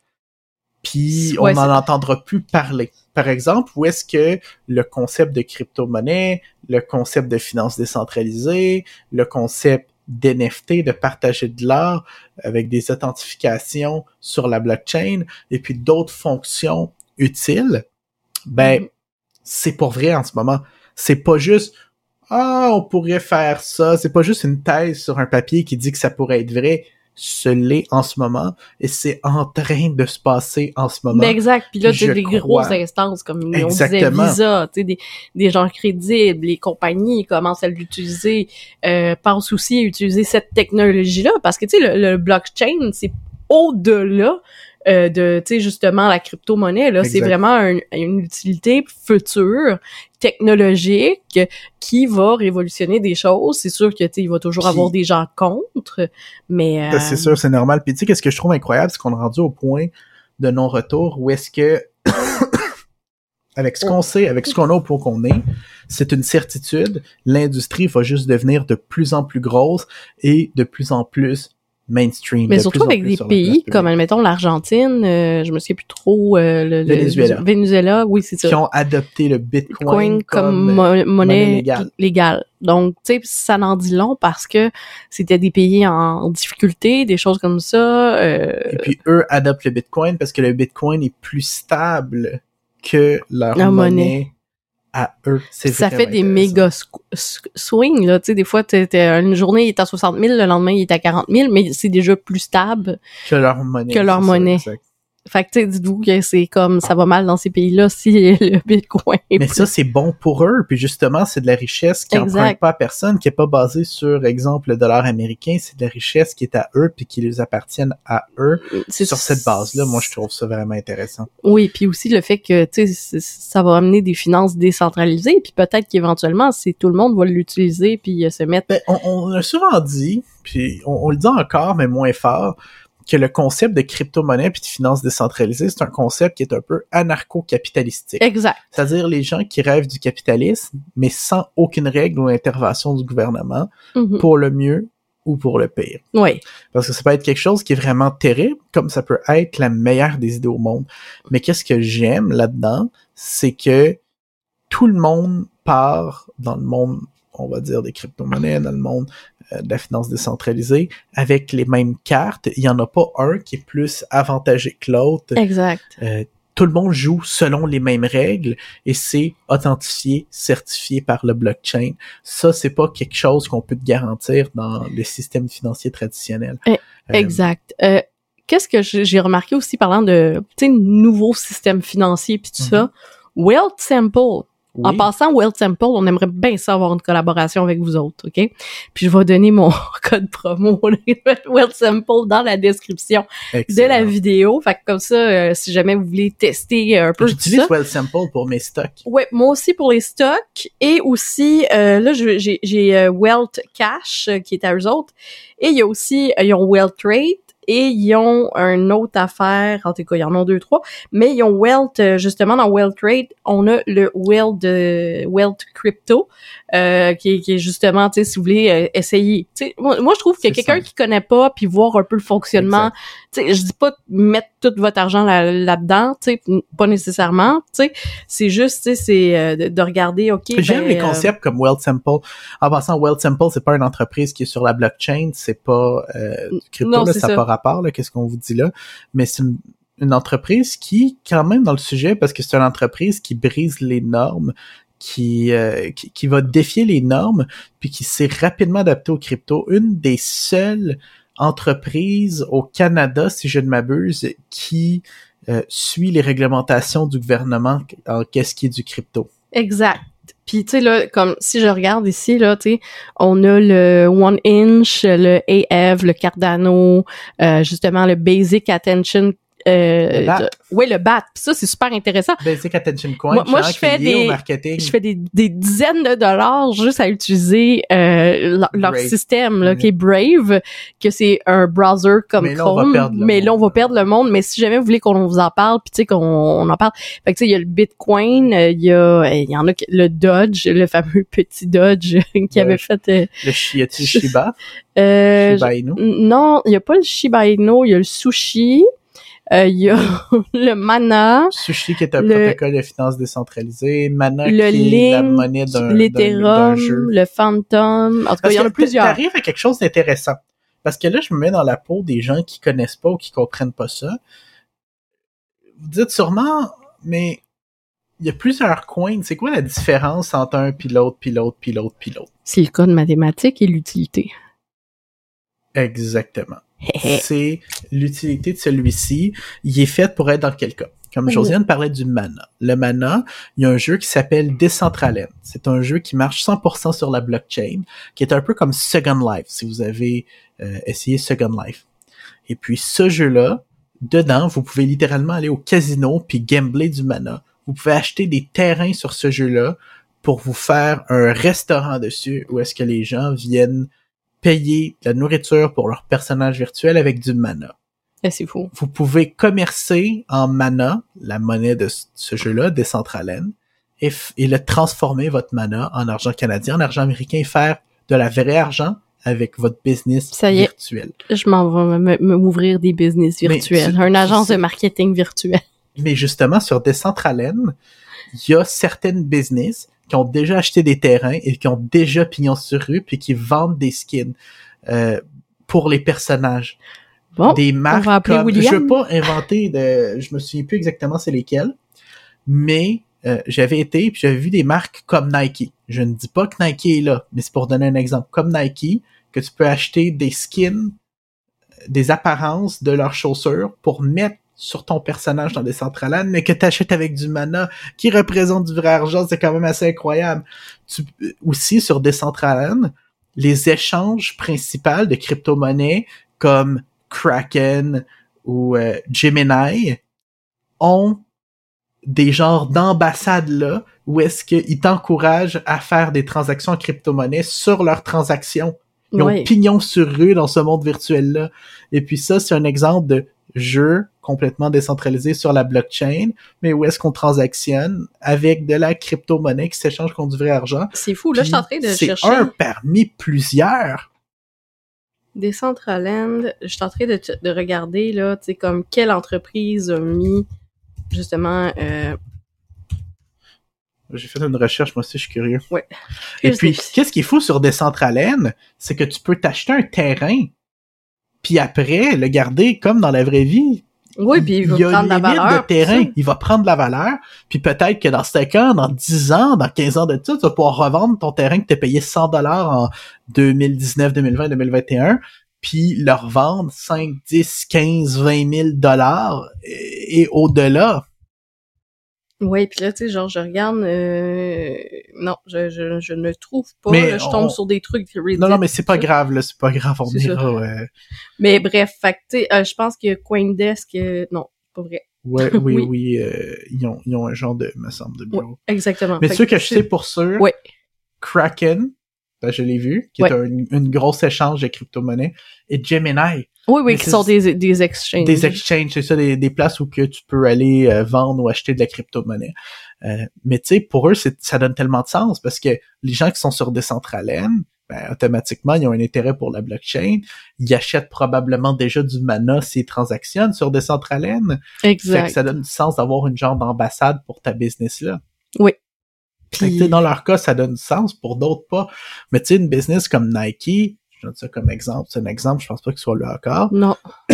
puis ouais, on n'en entendra plus parler. Par exemple, où est-ce que le concept de crypto-monnaie, le concept de finance décentralisée, le concept d'N F T, de partager de l'art avec des authentifications sur la blockchain et puis d'autres fonctions utiles, ben, mm-hmm. c'est pour vrai en ce moment. C'est pas juste « Ah, on pourrait faire ça », c'est pas juste une thèse sur un papier qui dit que ça pourrait être vrai. Ce l'est en ce moment et c'est en train de se passer en ce moment. Ben exact. Puis là, t'as des crois. grosses instances comme Exactement. on disait Visa, tu sais, des, des gens crédibles, les compagnies commencent à l'utiliser, euh, pensent aussi à utiliser cette technologie-là parce que tu sais, le, le blockchain, c'est au-delà euh, de, tu sais, justement la crypto-monnaie. Là, exact. C'est vraiment un, une utilité future technologique qui va révolutionner des choses. C'est sûr que tu sais, il va toujours Puis, avoir des gens contre, mais euh... c'est sûr, c'est normal. Puis tu sais, qu'est-ce que je trouve incroyable, c'est qu'on est rendu au point de non-retour où est-ce que avec ce qu'on sait, avec ce qu'on a au point qu'on est, c'est une certitude. L'industrie va juste devenir de plus en plus grosse et de plus en plus mainstream. Mais surtout avec des pays comme, admettons, l'Argentine, euh, je me souviens plus trop, euh, le, Venezuela. Le, Venezuela, oui, c'est ça. Qui ont adopté le Bitcoin, Bitcoin comme, comme mo- monnaie, monnaie légale. légale. Donc, tu sais, ça n'en dit long parce que c'était des pays en difficulté, des choses comme ça. Euh... Et puis, eux adoptent le Bitcoin parce que le Bitcoin est plus stable que leur La monnaie. monnaie. À eux, c'est ça fait des méga swings, là, tu sais, des fois, t'es, t'es, une journée, il est à soixante mille, le lendemain, il est à quarante mille, mais c'est déjà plus stable que leur monnaie. Que leur monnaie. Ça, Fait que, tu sais, dites-vous que c'est comme, ça va mal dans ces pays-là si le Bitcoin est Mais plus... ça, c'est bon pour eux. Puis justement, c'est de la richesse qui n'emprunte pas à personne, qui est pas basée sur, exemple, le dollar américain. C'est de la richesse qui est à eux puis qui les appartiennent à eux. C'est sur cette base-là, moi, je trouve ça vraiment intéressant. Oui, puis aussi le fait que, tu sais, ça va amener des finances décentralisées, puis peut-être qu'éventuellement, c'est tout le monde va l'utiliser puis se mettre... Ben, on, on a souvent dit, puis on, on le dit encore, mais moins fort, que le concept de crypto-monnaie puis de finances décentralisées, c'est un concept qui est un peu anarcho-capitalistique. Exact. C'est-à-dire les gens qui rêvent du capitalisme, mais sans aucune règle ou intervention du gouvernement, mm-hmm. pour le mieux ou pour le pire. Oui. Parce que ça peut être quelque chose qui est vraiment terrible, comme ça peut être la meilleure des idées au monde. Mais qu'est-ce que j'aime là-dedans, c'est que tout le monde part dans le monde, on va dire, des crypto-monnaies, dans le monde euh, de la finance décentralisée, avec les mêmes cartes. Il y en a pas un qui est plus avantagé que l'autre. Exact. Euh, tout le monde joue selon les mêmes règles et c'est authentifié, certifié par le blockchain. Ça, c'est pas quelque chose qu'on peut te garantir dans le système financier traditionnel. Eh, exact. Euh, euh, qu'est-ce que j'ai remarqué aussi parlant de, tu sais, nouveau système financier puis tout mm-hmm. ça? Wealthsimple. Oui. En passant, Wealthsimple, on aimerait bien ça avoir une collaboration avec vous autres, OK? Puis je vais donner mon code promo Wealthsimple dans la description Excellent. De la vidéo. Fait que comme ça, euh, si jamais vous voulez tester un peu J'utilise tout ça. Wealthsimple pour mes stocks. Ouais, moi aussi pour les stocks. Et aussi, euh, là, j'ai, j'ai euh, Wealth Cash euh, qui est à eux autres. Et il y a aussi, euh, ils ont Wealth Rate. Et ils ont une autre affaire, en tout cas, ils en ont deux, trois, mais ils ont Wealth, justement, dans Wealth Rate, on a le Wealth, euh, Wealth Crypto, euh, qui, est, qui est justement, tu sais, si vous voulez euh, essayer. Tu sais, moi, moi, je trouve que c'est quelqu'un ça. Qui connaît pas, puis voir un peu le fonctionnement, tu sais, je dis pas mettre tout votre argent là, là-dedans, tu sais, pas nécessairement, tu sais, c'est juste, tu sais, c'est euh, de, de regarder, OK, J'aime ben, les concepts euh, comme Wealthsimple. En passant, Wealthsimple, c'est pas une entreprise qui est sur la blockchain, c'est pas euh, du crypto, non, là, ça n'a pas rapport, là, qu'est-ce qu'on vous dit là, mais c'est une, une entreprise qui, quand même dans le sujet, parce que c'est une entreprise qui brise les normes, qui, euh, qui, qui va défier les normes, puis qui s'est rapidement adaptée au crypto. Une des seules entreprises au Canada, si je ne m'abuse, qui euh, suit les réglementations du gouvernement en qu'est-ce qui est du crypto. Exact. Puis tu sais là, comme si je regarde ici là, tu sais, on a le One Inch, le A F, le Cardano, euh, justement le Basic Attention. Euh, le B A T. Oui, le B A T. Puis ça, c'est super intéressant. Basic Attention Coin, moi, moi je fais des, je fais des, des dizaines de dollars juste à utiliser euh, leur, leur système là, mm-hmm. qui est Brave, que c'est un browser comme mais Chrome. Là, mais là, on va perdre le monde. Mais si jamais vous voulez qu'on vous en parle, puis tu sais qu'on on en parle. Fait que tu sais, il y a le Bitcoin, il y a, il y en a le Dodge, le fameux petit Dodge qui ouais, avait fait. Euh, le y a-t-il Shiba? Euh, Shiba Inu? Non, il y a pas le Shiba Inu, il y a le Sushi. Il euh, y a le Mana. Sushi qui est un le, protocole de finances décentralisée. Mana le qui Link, est la monnaie d'un, l'Ethereum, d'un, d'un jeu. Le Phantom. En tout cas, il y en a plusieurs. T'arrives à quelque chose d'intéressant. Parce que là, je me mets dans la peau des gens qui connaissent pas ou qui comprennent pas ça. Vous dites sûrement, mais il y a plusieurs coins. C'est quoi la différence entre un puis l'autre, puis l'autre, puis l'autre, puis l'autre? C'est le code mathématique et l'utilité. Exactement. C'est l'utilité de celui-ci. Il est fait pour être dans quel cas? Comme oui. Josiane parlait du Mana. Le Mana, il y a un jeu qui s'appelle Decentraland. C'est un jeu qui marche cent pour cent sur la blockchain, qui est un peu comme Second Life, si vous avez euh, essayé Second Life. Et puis ce jeu-là, dedans, vous pouvez littéralement aller au casino puis gambler du Mana. Vous pouvez acheter des terrains sur ce jeu-là pour vous faire un restaurant dessus où est-ce que les gens viennent payer de la nourriture pour leur personnage virtuel avec du mana. Et c'est fou. Vous pouvez commercer en mana, la monnaie de ce jeu-là, Decentraland, et, f- et le transformer, votre mana, en argent canadien, en argent américain, et faire de la vraie argent avec votre business Ça y est, virtuel. Je m'en vais me, me, m'ouvrir des business virtuels. Tu, Une agence tu, de marketing virtuel. Mais justement, sur Decentraland, il y a certaines business qui ont déjà acheté des terrains et qui ont déjà pignon sur rue puis qui vendent des skins euh, pour les personnages. Bon, des marques on va appeler comme, William. Je veux pas inventer de, je me souviens plus exactement c'est lesquelles, mais euh, j'avais été puis j'avais vu des marques comme Nike. Je ne dis pas que Nike est là, mais c'est pour donner un exemple. Comme Nike, que tu peux acheter des skins, des apparences de leurs chaussures pour mettre sur ton personnage dans Decentraland, mais que t'achètes avec du mana qui représente du vrai argent, c'est quand même assez incroyable. Tu, aussi, sur Decentraland, les échanges principaux de crypto-monnaies comme Kraken ou euh, Gemini ont des genres d'ambassades là où est-ce qu'ils t'encouragent à faire des transactions en crypto-monnaie sur leurs transactions. Ils Oui. ont pignon sur rue dans ce monde virtuel-là. Et puis ça, c'est un exemple de jeu complètement décentralisé sur la blockchain, mais où est-ce qu'on transactionne avec de la crypto-monnaie qui s'échange contre du vrai argent. C'est fou, là, je suis en train de c'est chercher... C'est un parmi plusieurs. Decentraland, je suis en train de, de regarder, là, tu sais, comme quelle entreprise a mis, justement... Euh... J'ai fait une recherche, moi aussi, je suis curieux. Ouais. Et puis, qu'est-ce qui est fou sur Decentraland, c'est que tu peux t'acheter un terrain, puis après, le garder comme dans la vraie vie. Oui, puis il va il y a prendre une la limite valeur. de terrain. Il va prendre de la valeur, puis peut-être que dans cinq ans, dans dix ans, dans quinze ans de ça, tu vas pouvoir revendre ton terrain que tu as payé cent dollars en deux mille dix-neuf, deux mille vingt, deux mille vingt et un, puis le revendre cinq, dix, quinze, vingt mille dollars et, et au-delà. Oui, puis là, tu sais, genre, je regarde... Euh... Non, je, je, je ne trouve pas. Mais là, je tombe on... sur des trucs Reddit. Non, non, mais c'est pas grave, là, c'est pas grave, on C'est ira... Ouais. Mais bref, fait que, tu sais, euh, je pense que Coindesk... Euh... Non, pas vrai. Ouais, oui, Oui. oui, euh, ils, ont, ils ont un genre de, me semble, de bureau. Ouais, exactement. Mais Fait ceux que que je sais pour sûr, ouais. Kraken, ben, je l'ai vu, qui Ouais. est un une grosse échange de crypto-monnaies, et Gemini. Oui, oui, Mais qui c'est- sont des, des exchanges. Des exchanges, c'est ça, des, des places où que tu peux aller euh, vendre ou acheter de la crypto-monnaie. Euh, mais tu sais, pour eux, c'est, ça donne tellement de sens parce que les gens qui sont sur Decentraland, ben, automatiquement, ils ont un intérêt pour la blockchain. Ils achètent probablement déjà du mana s'ils transactionnent sur Decentraland. Fait Exact. que ça donne du sens d'avoir une genre d'ambassade pour ta business-là. Oui. Fait que, tu sais, Puis, dans leur cas, ça donne du sens, pour d'autres pas. Mais tu sais, une business comme Nike, je donne ça comme exemple, c'est un exemple, je pense pas qu'il soit là encore, non.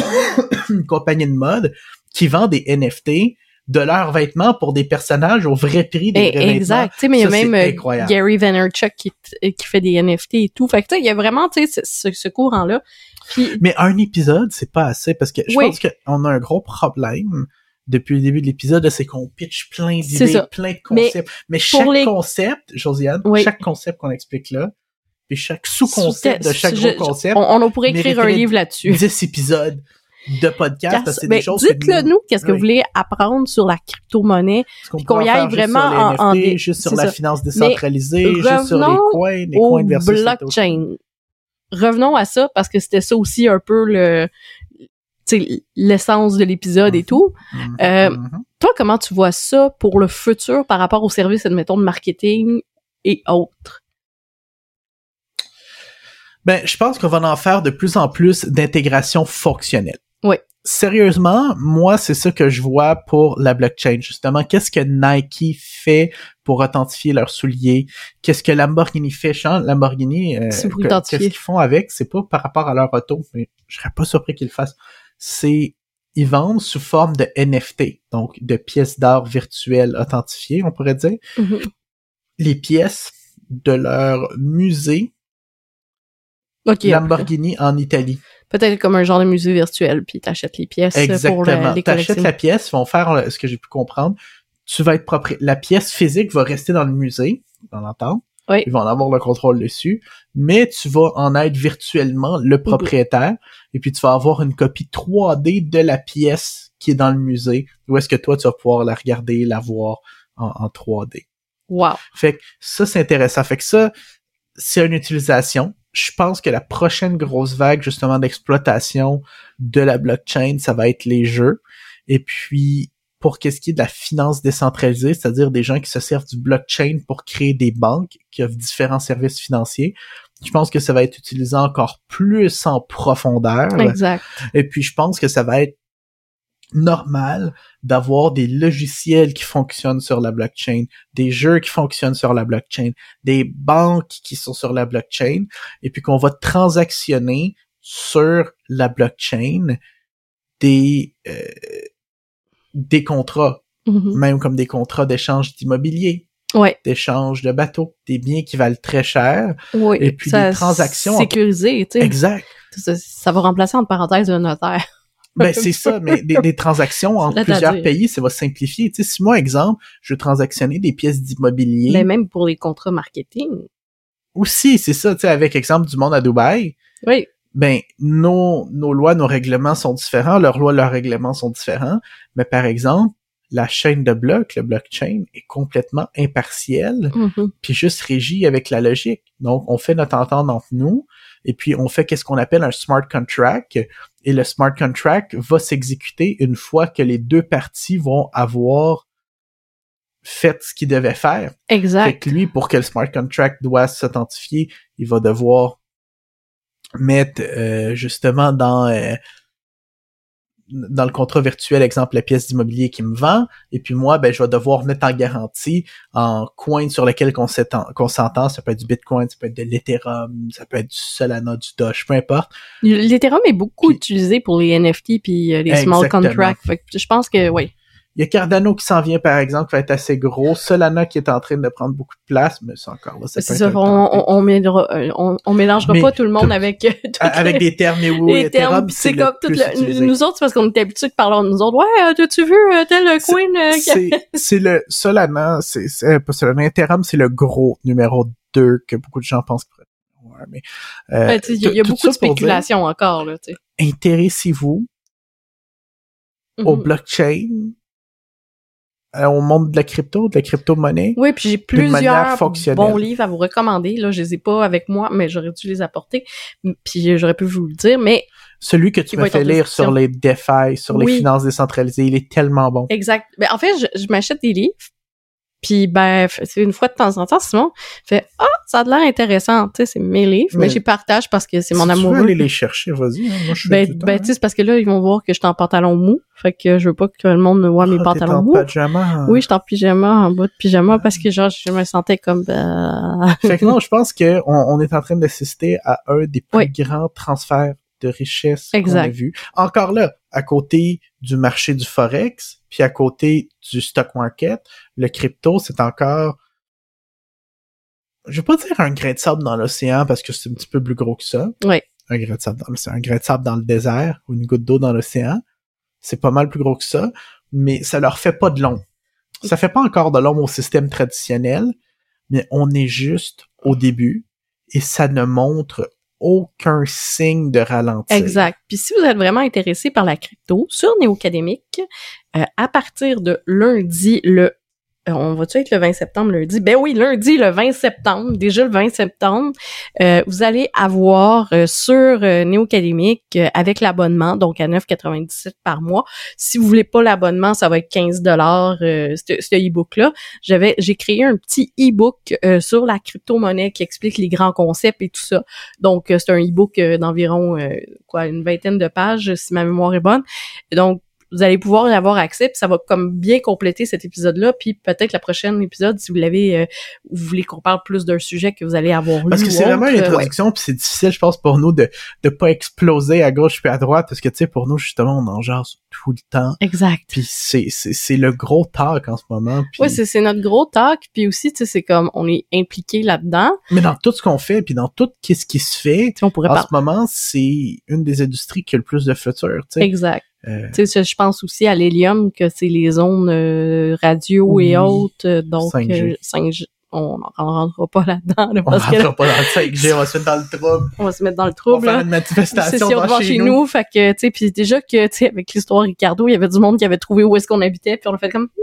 une compagnie de mode qui vend des N F T de leurs vêtements pour des personnages au vrai prix des Eh, vrais exact. Tu sais, mais il y a Ça, même c'est euh, incroyable. Gary Vaynerchuk qui, t- qui fait des N F T et tout. Fait que tu sais, il y a vraiment, tu sais, ce, ce, ce courant-là. Puis, vêtements. Mais un épisode, c'est pas assez, parce que je Oui. pense qu'on a un gros problème depuis le début de l'épisode, là, c'est qu'on pitch plein C'est d'idées, ça. plein de concepts. Mais, chaque pour les- concept, Josiane, Oui. chaque concept qu'on explique là, puis chaque sous-concept de sous- chaque je- gros concept, on, on pourrait écrire un mériterait livre là-dessus. dix épisodes de podcast, parce que c'est Ben, des choses que dites-le nous, qu'est-ce que Oui. vous voulez apprendre sur la crypto-monnaie, Parce qu'on puis qu'on pourrait y en aille faire juste vraiment sur les en- N F T, en dé- juste sur c'est la ça. finance décentralisée, Mais juste sur les revenons coins, les au coins versus les tokens. blockchain. Revenons à ça, parce que c'était ça aussi un peu le, tu sais, l'essence de l'épisode et Mhm. tout. Mhm, Euh, mhm. Toi, comment tu vois ça pour le futur par rapport aux services, admettons, de marketing et autres? Ben, je pense qu'on va en faire de plus en plus d'intégration fonctionnelle. Oui. Sérieusement, moi, c'est ça que je vois pour la blockchain, justement. Qu'est-ce que Nike fait pour authentifier leurs souliers? Qu'est-ce que Lamborghini fait? Jean, Lamborghini, euh, C'est pour que- identifier. qu'est-ce qu'ils font avec? C'est pas par rapport à leur auto, mais je serais pas surpris qu'ils le fassent. C'est, ils vendent sous forme de N F T, donc de pièces d'art virtuelles authentifiées, on pourrait dire. Mhm. Les pièces de leur musée OK. Lamborghini en Italie. Peut-être comme un genre de musée virtuel, puis t'achètes les pièces pour le, Exactement. les T'achètes collectionner. la pièce, ils vont faire euh, ce que j'ai pu comprendre. Tu vas être propre. La pièce physique va rester dans le musée, dans l'entente. Oui. Ils vont en avoir le contrôle dessus, mais tu vas en être virtuellement le propriétaire, et puis tu vas avoir une copie trois D de la pièce qui est dans le musée, où est-ce que toi, tu vas pouvoir la regarder, la voir en, en trois D. Wow. Fait que ça, c'est intéressant. Fait que ça, c'est une utilisation. Je pense que la prochaine grosse vague, justement, d'exploitation de la blockchain, ça va être les jeux. Et puis, pour qu'est-ce qui est de la finance décentralisée, c'est-à-dire des gens qui se servent du blockchain pour créer des banques qui offrent différents services financiers, je pense que ça va être utilisé encore plus en profondeur. Exact. Et puis, je pense que ça va être normal d'avoir des logiciels qui fonctionnent sur la blockchain, des jeux qui fonctionnent sur la blockchain, des banques qui sont sur la blockchain, et puis qu'on va transactionner sur la blockchain des euh, des contrats, Mhm. même comme des contrats d'échange d'immobilier, Ouais. d'échange de bateaux, des biens qui valent très cher, Oui. et puis ça, des transactions en- sécurisées, tu sais. exact. Ça, ça va remplacer entre parenthèses un notaire. Ben, c'est ça, mais des, des transactions entre plusieurs pays, ça va simplifier. Tu sais, si moi, exemple, je veux transactionner des pièces d'immobilier. Mais même pour les contrats marketing. Aussi, c'est ça, tu sais, avec exemple du monde à Dubaï. Oui. Ben, nos, nos lois, nos règlements sont différents, leurs lois, leurs règlements sont différents. Mais par exemple, la chaîne de blocs, le blockchain, est complètement impartielle, mm-hmm. puis juste régie avec la logique. Donc, on fait notre entente entre nous, et puis on fait qu'est-ce qu'on appelle un smart contract, et le smart contract va s'exécuter une fois que les deux parties vont avoir fait ce qu'ils devaient faire. Exact. Fait que lui, pour que le smart contract doit s'authentifier, il va devoir mettre euh, justement dans euh, dans le contrat virtuel, exemple, la pièce d'immobilier qu'il me vend, et puis moi, ben, je vais devoir mettre en garantie en coin sur lequel qu'on s'entend, qu'on s'entend, ça peut être du Bitcoin, ça peut être de l'Ethereum, ça peut être du Solana, du Doge, peu importe. L'Ethereum est beaucoup puis, utilisé pour les N F T puis euh, les exactement. small contracts, fait que je pense que, oui. Il y a Cardano qui s'en vient, par exemple, qui va être assez gros. Solana qui est en train de prendre beaucoup de place, mais c'est encore là. C'est ça, on, on, on, mélangera, on, on mélangera mais pas tout le monde tout, avec... avec des termes, mais oui, les termes, c'est comme tout le, nous autres, c'est parce qu'on était habitués de parler de nous autres. Ouais, as-tu vu tel coin? Euh, c'est, c'est le Solana, c'est, c'est pas Solana, Ethereum, c'est le gros numéro deux que beaucoup de gens pensent que ouais, mais euh, ouais, il y a beaucoup de spéculation dire, encore, là, tu sais. Intéressez-vous mm-hmm. au blockchain, au monde de la crypto, de la crypto-monnaie. Oui, puis j'ai plusieurs bons livres à vous recommander. Là, je les ai pas avec moi, mais j'aurais dû les apporter. Puis j'aurais pu vous le dire, mais... Celui que tu m'as fait lire sur les DeFi, sur oui. les finances décentralisées, il est tellement bon. Exact. Ben, en fait, je, je m'achète des livres, puis ben, c'est une fois de temps en temps, Simon fait « Ah, ça a l'air intéressant, tu sais, c'est mes livres, mais, mais j'y partage parce que c'est si mon amoureux. » Tu veux aller les chercher, vas-y. Hein, moi, je suis ben, du temps, ben hein. tu sais, c'est parce que là, ils vont voir que je suis en pantalon mou, fait que je veux pas que le monde me voit ah, mes pantalons mous. T'es en pyjama. Oui, je suis en pyjama, en bas de pyjama, parce que genre, je me sentais comme... Euh... fait que non, je pense que on, on est en train d'assister à un des plus oui. grands transferts de richesse exact. qu'on a vu. Encore là, à côté du marché du Forex, puis à côté du stock market, le crypto, c'est encore, je vais pas dire un grain de sable dans l'océan parce que c'est un petit peu plus gros que ça. Oui. Un grain de sable dans l'océan, un grain de sable dans le désert ou une goutte d'eau dans l'océan. C'est pas mal plus gros que ça, mais ça leur fait pas de l'ombre. Ça fait pas encore de l'ombre au système traditionnel, mais on est juste au début et ça ne montre aucun signe de ralentir. Exact. Puis si vous êtes vraiment intéressé par la crypto sur Néo-Académique, euh, à partir de lundi, le euh, on va-tu être le vingt septembre, lundi? Ben oui, lundi, le vingt septembre, déjà le vingt septembre, euh, vous allez avoir euh, sur euh, Néo-Académique euh, avec l'abonnement, donc à neuf quatre-vingt-dix-sept par mois. Si vous voulez pas l'abonnement, ça va être quinze dollars euh, ce, ce e-book-là. J'avais, j'ai créé un petit e-book euh, sur la crypto-monnaie qui explique les grands concepts et tout ça. Donc, euh, c'est un e-book euh, d'environ euh, quoi, une vingtaine de pages, si ma mémoire est bonne. Donc, vous allez pouvoir y avoir accès, puis ça va comme bien compléter cet épisode-là, puis peut-être la prochaine épisode, si vous l'avez, euh, vous voulez qu'on parle plus d'un sujet que vous allez avoir lu. Parce que c'est autre, vraiment une introduction, euh, ouais. Puis c'est difficile, je pense, pour nous de de pas exploser à gauche puis à droite, parce que tu sais, pour nous justement, on en jase tout le temps. Exact. Puis c'est c'est c'est le gros talk en ce moment. Puis... Oui, c'est c'est notre gros talk, puis aussi, tu sais, c'est comme on est impliqué là-dedans. Mais dans tout ce qu'on fait, puis dans tout ce qui se fait, on pourrait en par... ce moment, c'est une des industries qui a le plus de futur. Tu sais. Exact. Euh... Tu sais, je pense aussi à l'hélium, que c'est les zones euh, radio oui. et autres, donc cinq G. Euh, cinq G. On n'en rentrera pas là-dedans. Là, parce on rentrera que, pas dans le cinq G, on va se mettre dans le trouble. On va se mettre dans le trouble. On va faire une manifestation devant chez, chez nous. nous. Fait que, tu sais, puis déjà que, tu sais, avec l'histoire Ricardo, il y avait du monde qui avait trouvé où est-ce qu'on habitait, puis on a fait comme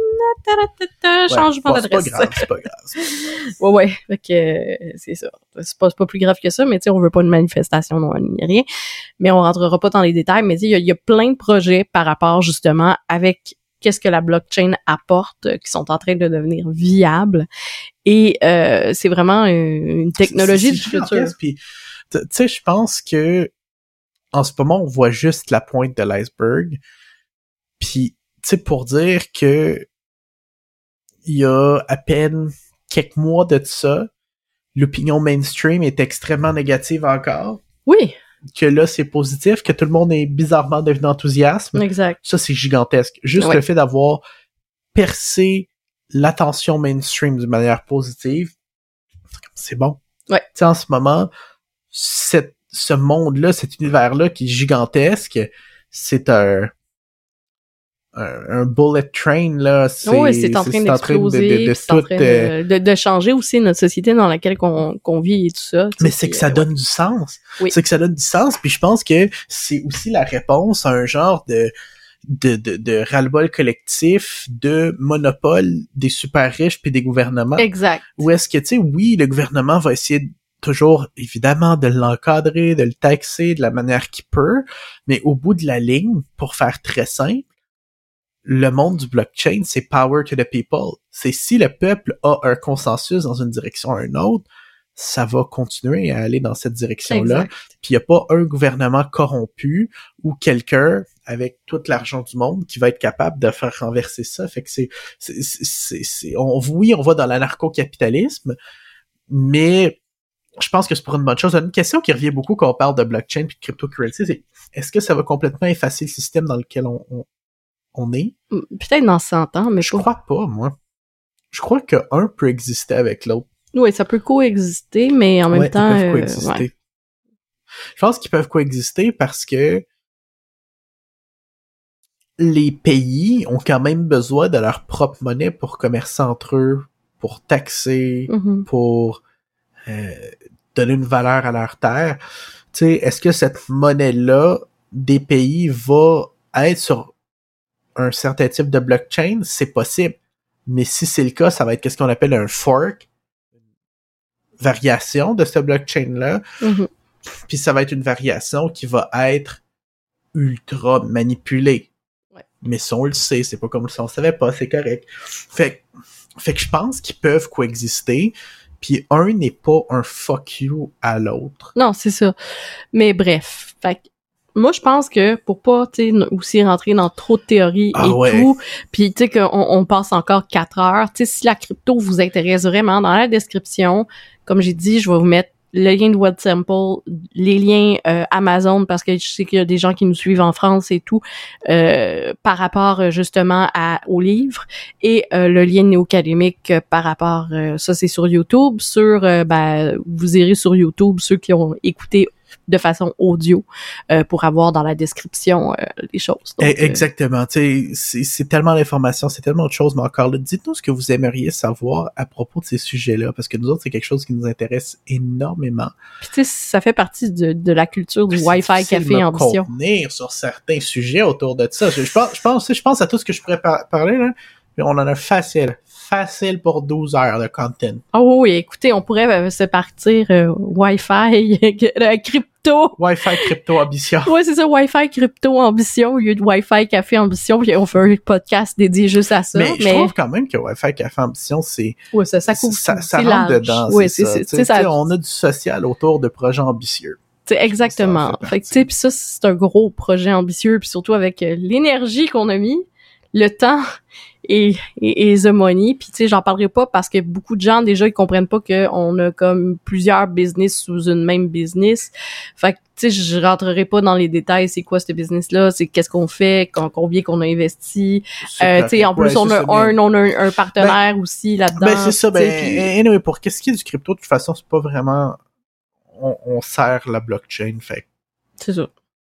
ouais, changement bon, d'adresse. C'est pas grave, c'est pas grave. ouais, ouais. Fait que c'est ça. C'est pas, c'est pas plus grave que ça, mais tu sais, on veut pas une manifestation, non, ni rien. Mais on rentrera pas dans les détails. Mais tu sais, il y a, y a plein de projets par rapport justement avec qu'est-ce que la blockchain apporte, euh, qui sont en train de devenir viables. Et euh, c'est vraiment une, une technologie du futur. Puis, tu sais, je pense que en ce moment, on voit juste la pointe de l'iceberg. Puis, tu sais, pour dire que il y a à peine quelques mois de ça, l'opinion mainstream est extrêmement négative encore. Oui. Que là, c'est positif, que tout le monde est bizarrement devenu enthousiaste. Exact. Ça, c'est gigantesque. Juste ouais. le fait d'avoir percé l'attention mainstream d'une manière positive, c'est bon. Ouais. Tu sais, en ce moment, cette, ce monde-là, cet univers-là qui est gigantesque, c'est un, un, un bullet train, là. C'est, oui, c'est en train c'est d'exploser, en train de, de, de c'est en tout, train euh, de, de, de changer aussi notre société dans laquelle qu'on, qu'on vit et tout ça. Mais c'est que ça euh, donne ouais. du sens. Oui. C'est que ça donne du sens, puis je pense que c'est aussi la réponse à un genre de de de, de ras-le-bol collectif, de monopole des super riches puis des gouvernements. Exact. Où est-ce que, tu sais, oui, le gouvernement va essayer de, toujours, évidemment, de l'encadrer, de le taxer de la manière qu'il peut, mais au bout de la ligne, pour faire très simple, le monde du blockchain, c'est power to the people. C'est si le peuple a un consensus dans une direction ou une autre, ça va continuer à aller dans cette direction-là. Exact. Puis il n'y a pas un gouvernement corrompu ou quelqu'un avec tout l'argent du monde qui va être capable de faire renverser ça. Fait que c'est, c'est, c'est, c'est on, oui, on va dans l'anarcho-capitalisme, mais je pense que c'est pour une bonne chose. Une question qui revient beaucoup quand on parle de blockchain et de cryptocurrency, c'est est-ce que ça va complètement effacer le système dans lequel on, on, on est? Peut-être dans cent ans, mais je pas. crois pas, moi. Je crois qu'un peut exister avec l'autre. Oui, ça peut coexister, mais en même ouais, temps... ils peuvent euh, coexister. ouais. Je pense qu'ils peuvent coexister parce que les pays ont quand même besoin de leur propre monnaie pour commercer entre eux, pour taxer, Mm-hmm. pour euh, donner une valeur à leur terre. Tu sais, est-ce que cette monnaie-là des pays va être sur un certain type de blockchain? C'est possible. Mais si c'est le cas, ça va être ce qu'on appelle un fork, une variation de ce blockchain-là. Mm-hmm. Puis ça va être une variation qui va être ultra manipulée. Ouais. Mais ça, on le sait, c'est pas comme si on savait pas, c'est correct. Fait, fait que je pense qu'ils peuvent coexister, puis un n'est pas un fuck you à l'autre. Non, c'est ça. Mais bref, fait que moi, je pense que pour pas, tu sais, aussi rentrer dans trop de théories ah, et ouais. tout, puis tu sais qu'on on passe encore quatre heures, tu sais, si la crypto vous intéresse vraiment, dans la description, comme j'ai dit, je vais vous mettre le lien de WhatSample, les liens euh, Amazon, parce que je sais qu'il y a des gens qui nous suivent en France et tout, euh, par rapport justement à, au livre, et euh, le lien néo-académique euh, par rapport, euh, ça c'est sur YouTube, sur, euh, ben, vous irez sur YouTube, ceux qui ont écouté de façon audio, euh, pour avoir dans la description euh, les choses. Donc, exactement, euh... tu sais, c'est, c'est tellement d'informations, c'est tellement de choses, mais encore là, dites-nous ce que vous aimeriez savoir à propos de ces sujets-là, parce que nous autres, c'est quelque chose qui nous intéresse énormément. Puis tu sais, ça fait partie de, de la culture du Wi-Fi Café Ambition. Contenir sur certains sujets autour de ça. Je, je pense, je pense, je pense à tout ce que je pourrais par- parler, là, puis on en a facile. Facile pour douze heures de content. Oh oui, écoutez, on pourrait euh, se partir euh, Wi-Fi, euh, crypto. Wi-Fi crypto ambition. Ouais, c'est ça, Wi-Fi crypto ambition au lieu de Wi-Fi café ambition, puis on fait un podcast dédié juste à ça. Mais, mais... je trouve quand même que Wi-Fi café ambition, c'est... Ouais, ça, ça couvre ça, tout. ça c'est rentre large. dedans, ouais, c'est, c'est ça. ça. ça... On a du social autour de projets ambitieux. T'sais, exactement. Ça fait, fait que tu sais, puis ça, c'est un gros projet ambitieux, puis surtout avec euh, l'énergie qu'on a mis, le temps et, et, et the money. Puis tu sais, j'en parlerai pas parce que beaucoup de gens déjà ils comprennent pas que on a comme plusieurs business sous une même business. Fait que tu sais, je rentrerai pas dans les détails. C'est quoi ce business-là, c'est qu'est-ce qu'on fait, combien qu'on a investi. Euh, tu sais, en plus ouais, on a un, on a un, un partenaire ben, aussi là-dedans. Ben c'est ça. Ben puis... anyway, pour qu'est-ce qui est du crypto, de toute façon, c'est pas vraiment. On, on sert la blockchain, fait. C'est ça.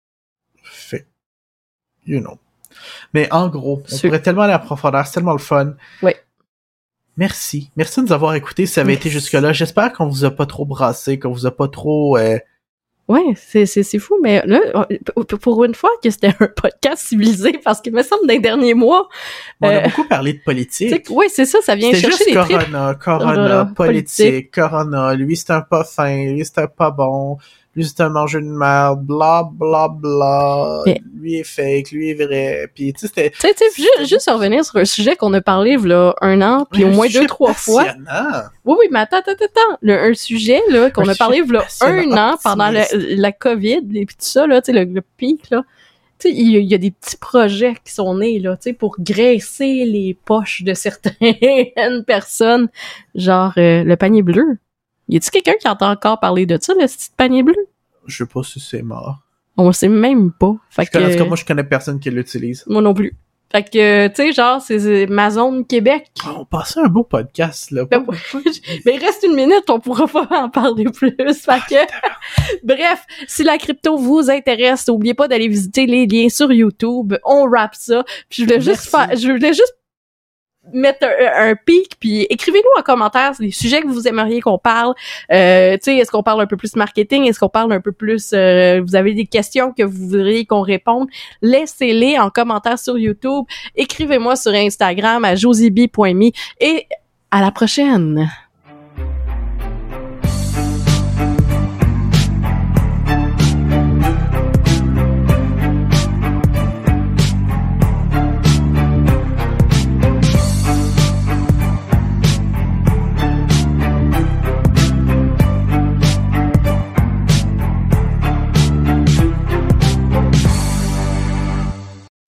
Fait. You know. Mais en gros, on c'est... pourrait tellement aller à profondeur, c'est tellement le fun. Oui. Merci. Merci de nous avoir écoutés si ça avait Merci. été jusque-là. J'espère qu'on vous a pas trop brassé, qu'on vous a pas trop... Euh... Ouais, c'est, c'est, c'est fou, mais là, pour une fois que c'était un podcast civilisé, parce qu'il me semble dans les derniers mois... On euh, a beaucoup parlé de politique. Oui, c'est ça, ça vient c'était chercher juste des corona, tripes. corona, corona, politique, politique, corona, lui c'est un pas fin, lui c'est un pas bon... Lui, c'est un manger de merde, bla, bla, bla. Mais... Lui est fake, lui est vrai. Puis, tu sais, c'était... Tu sais, juste, juste revenir sur un sujet qu'on a parlé, là, un an, puis au moins deux, trois fois. Oui, oui, mais attends, attends, attends. Le, un sujet, là, qu'on un a parlé, là, un an, pendant le, la COVID, et puis tout ça, là, tu sais, le, le pic, là. Tu sais, il y, y a des petits projets qui sont nés, là, tu sais, pour graisser les poches de certaines personnes. Genre, euh, le panier bleu. Y a-t-il quelqu'un qui entend encore parler de ça, le petit panier bleu? Je sais pas si c'est mort. On sait même pas. Fait je que... connais, en tout cas, moi, je connais personne qui l'utilise. Moi non plus. Fait que, tu sais, genre, c'est ma zone Québec. On passait un beau podcast, là. Ben, mais il reste une minute, on pourra pas en parler plus. Fait que, bref, si la crypto vous intéresse, n'oubliez pas d'aller visiter les liens sur YouTube. On wrap ça. Puis je voulais Merci. juste faire, je voulais juste mettre un, un pic, puis écrivez-nous en commentaire les sujets que vous aimeriez qu'on parle. Euh, tu sais, est-ce qu'on parle un peu plus marketing? Est-ce qu'on parle un peu plus... Euh, vous avez des questions que vous voudriez qu'on réponde? Laissez-les en commentaire sur YouTube. Écrivez-moi sur Instagram à josieby point me et à la prochaine!